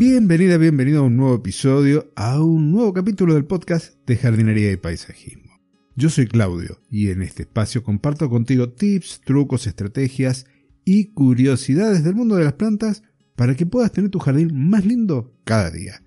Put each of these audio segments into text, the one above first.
Bienvenido a un nuevo episodio, a un nuevo capítulo del podcast de jardinería y paisajismo. Yo soy Claudio y en este espacio comparto contigo tips, trucos, estrategias y curiosidades del mundo de las plantas para que puedas tener tu jardín más lindo cada día.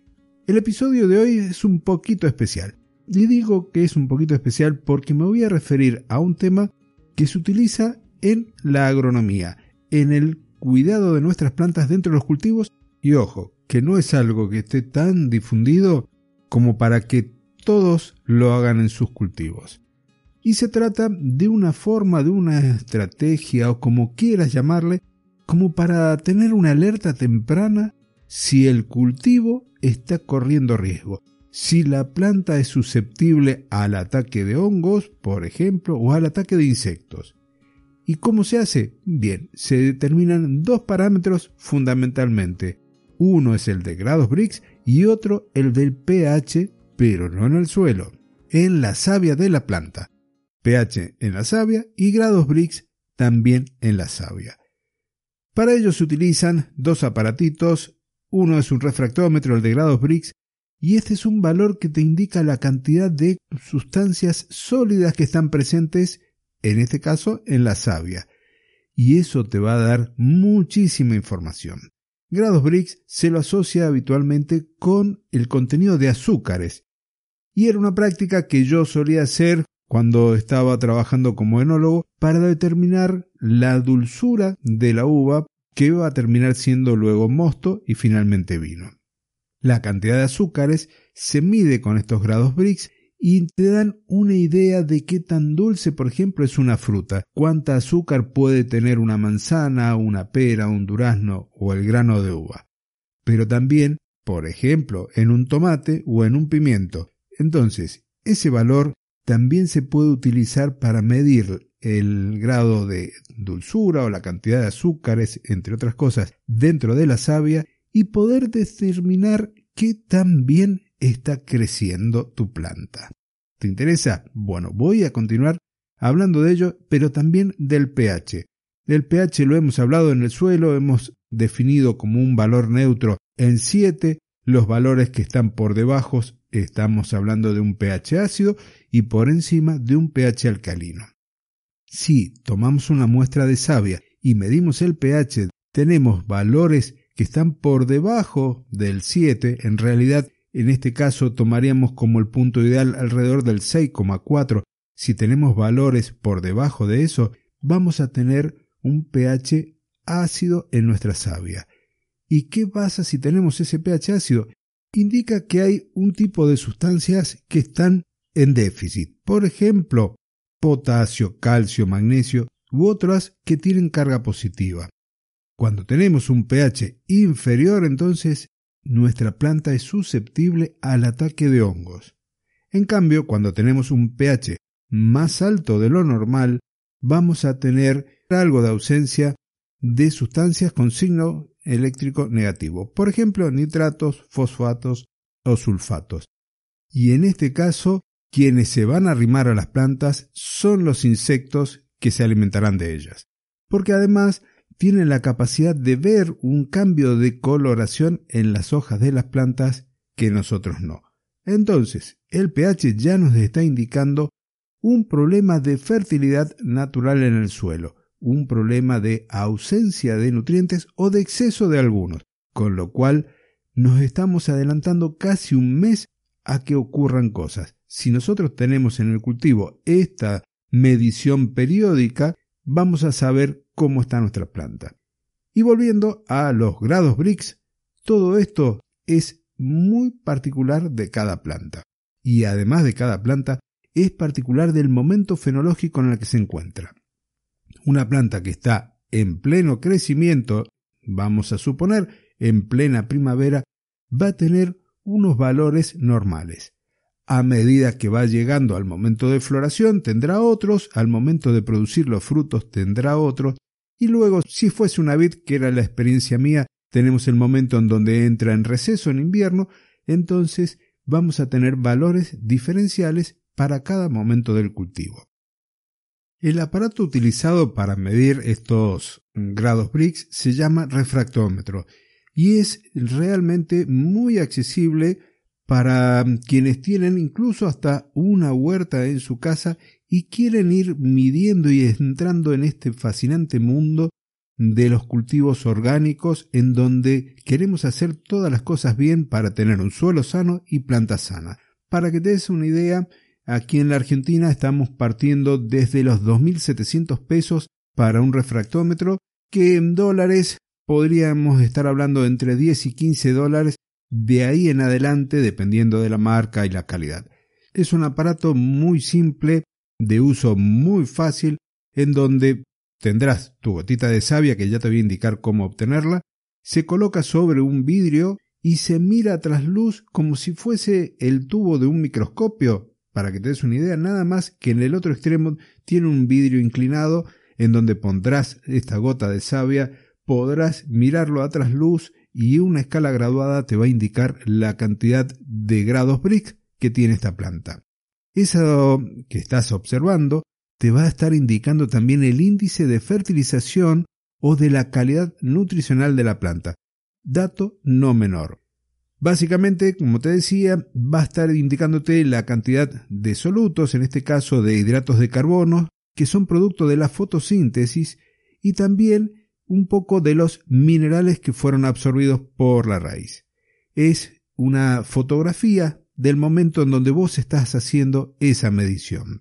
El episodio de hoy es un poquito especial. Y digo que es un poquito especial porque me voy a referir a un tema que se utiliza en la agronomía, en el cuidado de nuestras plantas dentro de los cultivos. Y ojo, que no es algo que esté tan difundido como para que todos lo hagan en sus cultivos. Y se trata de una forma, de una estrategia o como quieras llamarle, como para tener una alerta temprana si el cultivo está corriendo riesgo. Si la planta es susceptible al ataque de hongos, por ejemplo, o al ataque de insectos. ¿Y cómo se hace? Bien, se determinan dos parámetros fundamentalmente. Uno es el de grados Brix y otro el del pH, pero no en el suelo, en la savia de la planta. pH en la savia y grados Brix también en la savia. Para ello se utilizan dos aparatitos. Uno es un refractómetro, el de grados Brix, y este es un valor que te indica la cantidad de sustancias sólidas que están presentes, en este caso en la savia. Y eso te va a dar muchísima información. Grados Brix se lo asocia habitualmente con el contenido de azúcares. Y era una práctica que yo solía hacer cuando estaba trabajando como enólogo para determinar la dulzura de la uva que va a terminar siendo luego mosto y finalmente vino. La cantidad de azúcares se mide con estos grados Brix y te dan una idea de qué tan dulce, por ejemplo, es una fruta, cuánta azúcar puede tener una manzana, una pera, un durazno o el grano de uva. Pero también, por ejemplo, en un tomate o en un pimiento. Entonces, ese valor también se puede utilizar para medir el grado de dulzura o la cantidad de azúcares, entre otras cosas, dentro de la savia y poder determinar qué tan bien está creciendo tu planta. ¿Te interesa? Bueno, voy a continuar hablando de ello, pero también del pH. Del pH lo hemos hablado en el suelo, hemos definido como un valor neutro en 7. Los valores que están por debajo estamos hablando de un pH ácido y por encima de un pH alcalino. Si tomamos una muestra de savia y medimos el pH, tenemos valores que están por debajo del 7, en realidad en este caso tomaríamos como el punto ideal alrededor del 6,4. Si tenemos valores por debajo de eso, vamos a tener un pH ácido en nuestra savia. ¿Y qué pasa si tenemos ese pH ácido? Indica que hay un tipo de sustancias que están en déficit. Por ejemplo, potasio, calcio, magnesio u otras que tienen carga positiva. Cuando tenemos un pH inferior, entonces nuestra planta es susceptible al ataque de hongos. En cambio, cuando tenemos un pH más alto de lo normal, vamos a tener algo de ausencia de sustancias con signo eléctrico negativo. Por ejemplo, nitratos, fosfatos o sulfatos. Y en este caso, quienes se van a arrimar a las plantas son los insectos que se alimentarán de ellas. Porque además tienen la capacidad de ver un cambio de coloración en las hojas de las plantas que nosotros no. Entonces, el pH ya nos está indicando un problema de fertilidad natural en el suelo, un problema de ausencia de nutrientes o de exceso de algunos, con lo cual nos estamos adelantando casi un mes a que ocurran cosas. Si nosotros tenemos en el cultivo esta medición periódica, vamos a saber cómo está nuestra planta. Y volviendo a los grados Brix, todo esto es muy particular de cada planta. Y además de cada planta, es particular del momento fenológico en el que se encuentra. Una planta que está en pleno crecimiento, vamos a suponer, en plena primavera, va a tener unos valores normales. A medida que va llegando al momento de floración tendrá otros, al momento de producir los frutos tendrá otros, y luego, si fuese una vid, que era la experiencia mía, tenemos el momento en donde entra en receso en invierno, entonces vamos a tener valores diferenciales para cada momento del cultivo. El aparato utilizado para medir estos grados Brix se llama refractómetro y es realmente muy accesible para quienes tienen incluso hasta una huerta en su casa y quieren ir midiendo y entrando en este fascinante mundo de los cultivos orgánicos, en donde queremos hacer todas las cosas bien para tener un suelo sano y plantas sanas. Para que te des una idea, aquí en la Argentina estamos partiendo desde los 2.700 pesos para un refractómetro, que en dólares podríamos estar hablando entre 10 y 15 dólares, de ahí en adelante dependiendo de la marca y la calidad. Es un aparato muy simple, de uso muy fácil, en donde tendrás tu gotita de savia, que ya te voy a indicar cómo obtenerla, se coloca sobre un vidrio y se mira a trasluz como si fuese el tubo de un microscopio. Para que te des una idea, nada más que en el otro extremo tiene un vidrio inclinado en donde pondrás esta gota de savia, podrás mirarlo a trasluz y una escala graduada te va a indicar la cantidad de grados Brix que tiene esta planta. Eso que estás observando te va a estar indicando también el índice de fertilización o de la calidad nutricional de la planta. Dato no menor. Básicamente, como te decía, va a estar indicándote la cantidad de solutos, en este caso de hidratos de carbono, que son producto de la fotosíntesis, y también un poco de los minerales que fueron absorbidos por la raíz. Es una fotografía del momento en donde vos estás haciendo esa medición.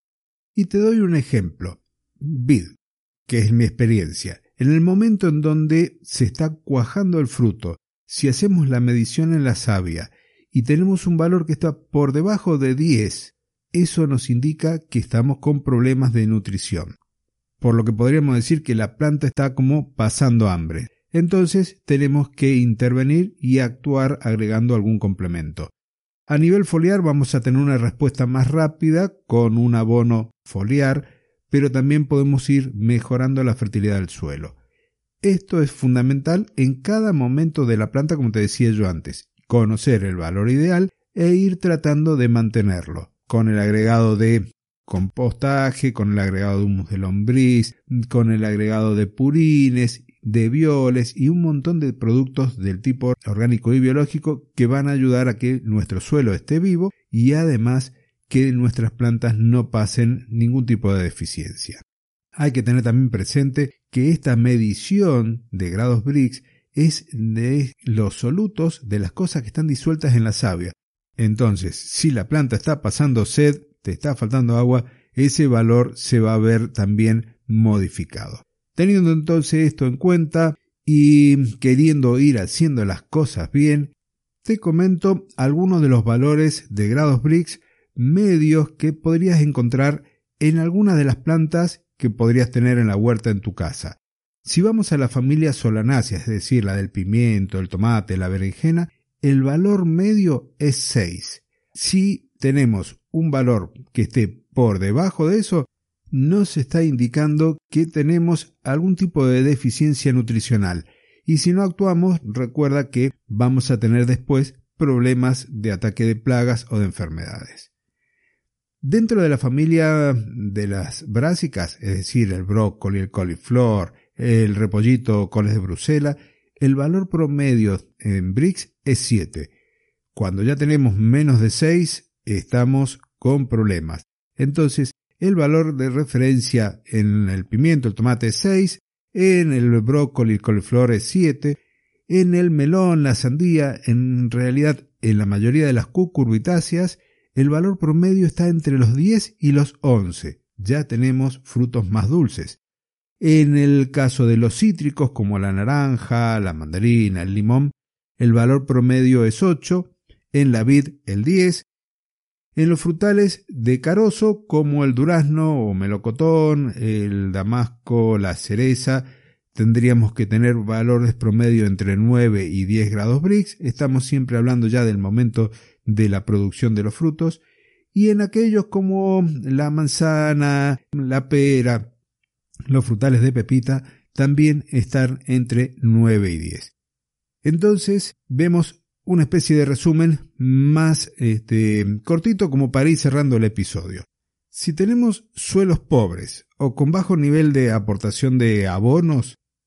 Y te doy un ejemplo. Vid, que es mi experiencia. En el momento en donde se está cuajando el fruto, si hacemos la medición en la savia y tenemos un valor que está por debajo de 10, eso nos indica que estamos con problemas de nutrición. Por lo que podríamos decir que la planta está como pasando hambre. Entonces tenemos que intervenir y actuar agregando algún complemento. A nivel foliar vamos a tener una respuesta más rápida con un abono foliar, pero también podemos ir mejorando la fertilidad del suelo. Esto es fundamental en cada momento de la planta, como te decía yo antes, conocer el valor ideal e ir tratando de mantenerlo, con el agregado de compostaje, con el agregado de humus de lombriz, con el agregado de purines, de bioles y un montón de productos del tipo orgánico y biológico que van a ayudar a que nuestro suelo esté vivo y además que nuestras plantas no pasen ningún tipo de deficiencia. Hay que tener también presente que esta medición de grados Brix es de los solutos de las cosas que están disueltas en la savia. Entonces, si la planta está pasando sed, te está faltando agua, ese valor se va a ver también modificado. Teniendo entonces esto en cuenta y queriendo ir haciendo las cosas bien, te comento algunos de los valores de grados Brix medios que podrías encontrar en algunas de las plantas que podrías tener en la huerta en tu casa. Si vamos a la familia Solanaceae, es decir, la del pimiento, el tomate, la berenjena, el valor medio es 6. Si tenemos un valor que esté por debajo de eso, nos está indicando que tenemos algún tipo de deficiencia nutricional. Y si no actuamos, recuerda que vamos a tener después problemas de ataque de plagas o de enfermedades. Dentro de la familia de las brásicas, es decir, el brócoli, el coliflor, el repollito o coles de Bruselas, el valor promedio en Brix es 7. Cuando ya tenemos menos de 6, estamos con problemas. Entonces, el valor de referencia en el pimiento, el tomate es 6, en el brócoli, el coliflor es 7, en el melón, la sandía, en realidad en la mayoría de las cucurbitáceas, el valor promedio está entre los 10 y los 11. Ya tenemos frutos más dulces. En el caso de los cítricos, como la naranja, la mandarina, el limón, el valor promedio es 8. En la vid, el 10. En los frutales de carozo, como el durazno o melocotón, el damasco, la cereza, tendríamos que tener valores promedio entre 9 y 10 grados Brix. Estamos siempre hablando ya del momento de la producción de los frutos. Y en aquellos como la manzana, la pera, los frutales de pepita, también están entre 9 y 10. Entonces vemos una especie de resumen más cortito como para ir cerrando el episodio. Si tenemos suelos pobres o con bajo nivel de aportación de abonos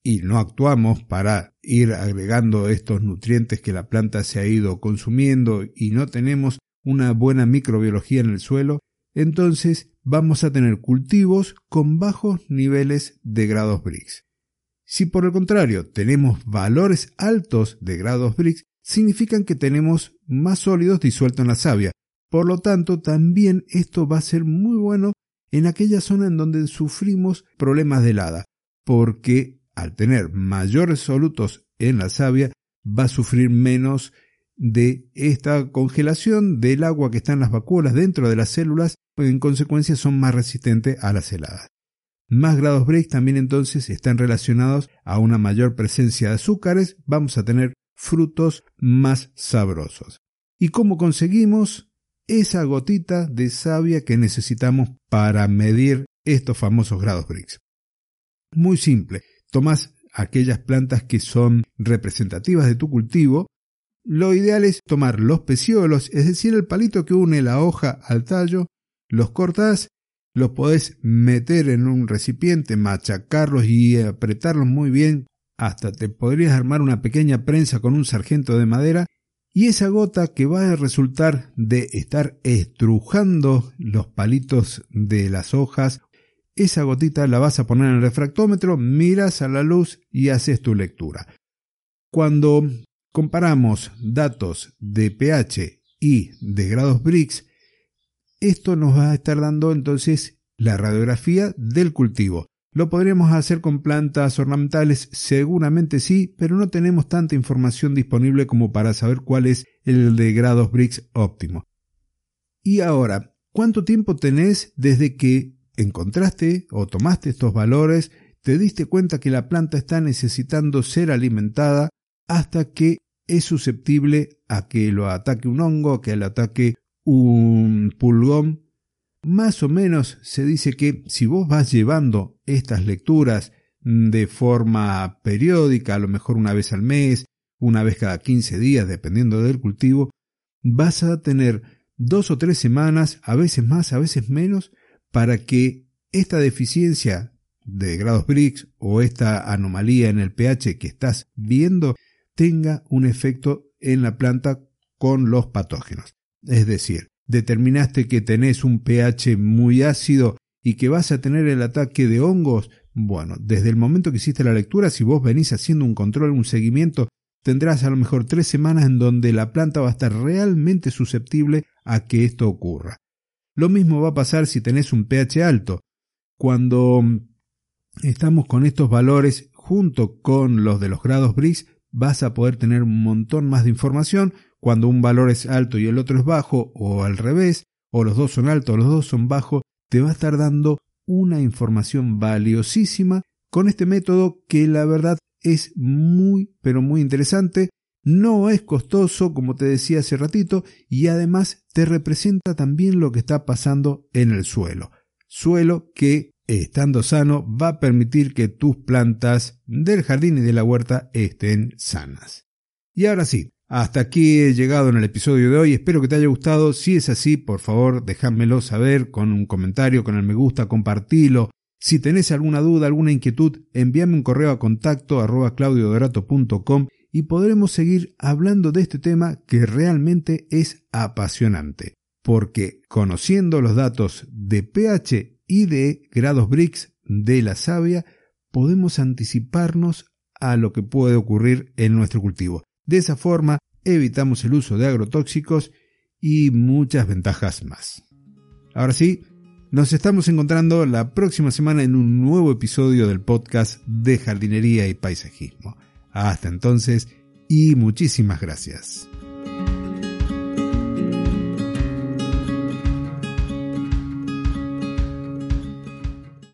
y no actuamos para ir agregando estos nutrientes que la planta se ha ido consumiendo y no tenemos una buena microbiología en el suelo, entonces vamos a tener cultivos con bajos niveles de grados Brix. Si por el contrario tenemos valores altos de grados Brix, significan que tenemos más sólidos disueltos en la savia. Por lo tanto, también esto va a ser muy bueno en aquella zona en donde sufrimos problemas de helada, porque al tener mayores solutos en la savia va a sufrir menos de esta congelación del agua que está en las vacuolas dentro de las células, pues en consecuencia son más resistentes a las heladas. Más grados Brix también entonces están relacionados a una mayor presencia de azúcares, vamos a tener frutos más sabrosos. ¿Y cómo conseguimos esa gotita de savia que necesitamos para medir estos famosos grados Brix? Muy simple, tomás aquellas plantas que son representativas de tu cultivo. Lo ideal es tomar los pecíolos, es decir, el palito que une la hoja al tallo, los cortás, los podés meter en un recipiente, machacarlos y apretarlos muy bien, hasta te podrías armar una pequeña prensa con un sargento de madera, y esa gota que va a resultar de estar estrujando los palitos de las hojas, esa gotita la vas a poner en el refractómetro, miras a la luz y haces tu lectura. Cuando comparamos datos de pH y de grados Brix, esto nos va a estar dando entonces la radiografía del cultivo. ¿Lo podríamos hacer con plantas ornamentales? Seguramente sí, pero no tenemos tanta información disponible como para saber cuál es el de grados Brix óptimo. Y ahora, ¿cuánto tiempo tenés desde que encontraste o tomaste estos valores, te diste cuenta que la planta está necesitando ser alimentada hasta que es susceptible a que lo ataque un hongo, a que lo ataque un pulgón? Más o menos se dice que si vos vas llevando estas lecturas de forma periódica, a lo mejor una vez al mes, una vez cada 15 días, dependiendo del cultivo, vas a tener 2 o 3 semanas, a veces más, a veces menos, para que esta deficiencia de grados Brix o esta anomalía en el pH que estás viendo tenga un efecto en la planta con los patógenos. Es decir, determinaste que tenés un pH muy ácido y que vas a tener el ataque de hongos. Bueno, desde el momento que hiciste la lectura, si vos venís haciendo un control, un seguimiento, tendrás a lo mejor 3 semanas en donde la planta va a estar realmente susceptible a que esto ocurra. Lo mismo va a pasar si tenés un pH alto. Cuando estamos con estos valores junto con los de los grados Brix, vas a poder tener un montón más de información. Cuando un valor es alto y el otro es bajo, o al revés, o los dos son altos o los dos son bajos, te va a estar dando una información valiosísima con este método que la verdad es muy, pero muy interesante. No es costoso, como te decía hace ratito, y además te representa también lo que está pasando en el suelo. Suelo que, estando sano, va a permitir que tus plantas del jardín y de la huerta estén sanas. Y ahora sí, hasta aquí he llegado en el episodio de hoy. Espero que te haya gustado. Si es así, por favor, déjamelo saber con un comentario, con el me gusta, compartilo. Si tenés alguna duda, alguna inquietud, envíame un correo a contacto@claudiodorato.com y podremos seguir hablando de este tema que realmente es apasionante. Porque conociendo los datos de pH y de grados Brix de la savia, podemos anticiparnos a lo que puede ocurrir en nuestro cultivo. De esa forma, evitamos el uso de agrotóxicos y muchas ventajas más. Ahora sí, nos estamos encontrando la próxima semana en un nuevo episodio del podcast de jardinería y paisajismo. Hasta entonces, y muchísimas gracias.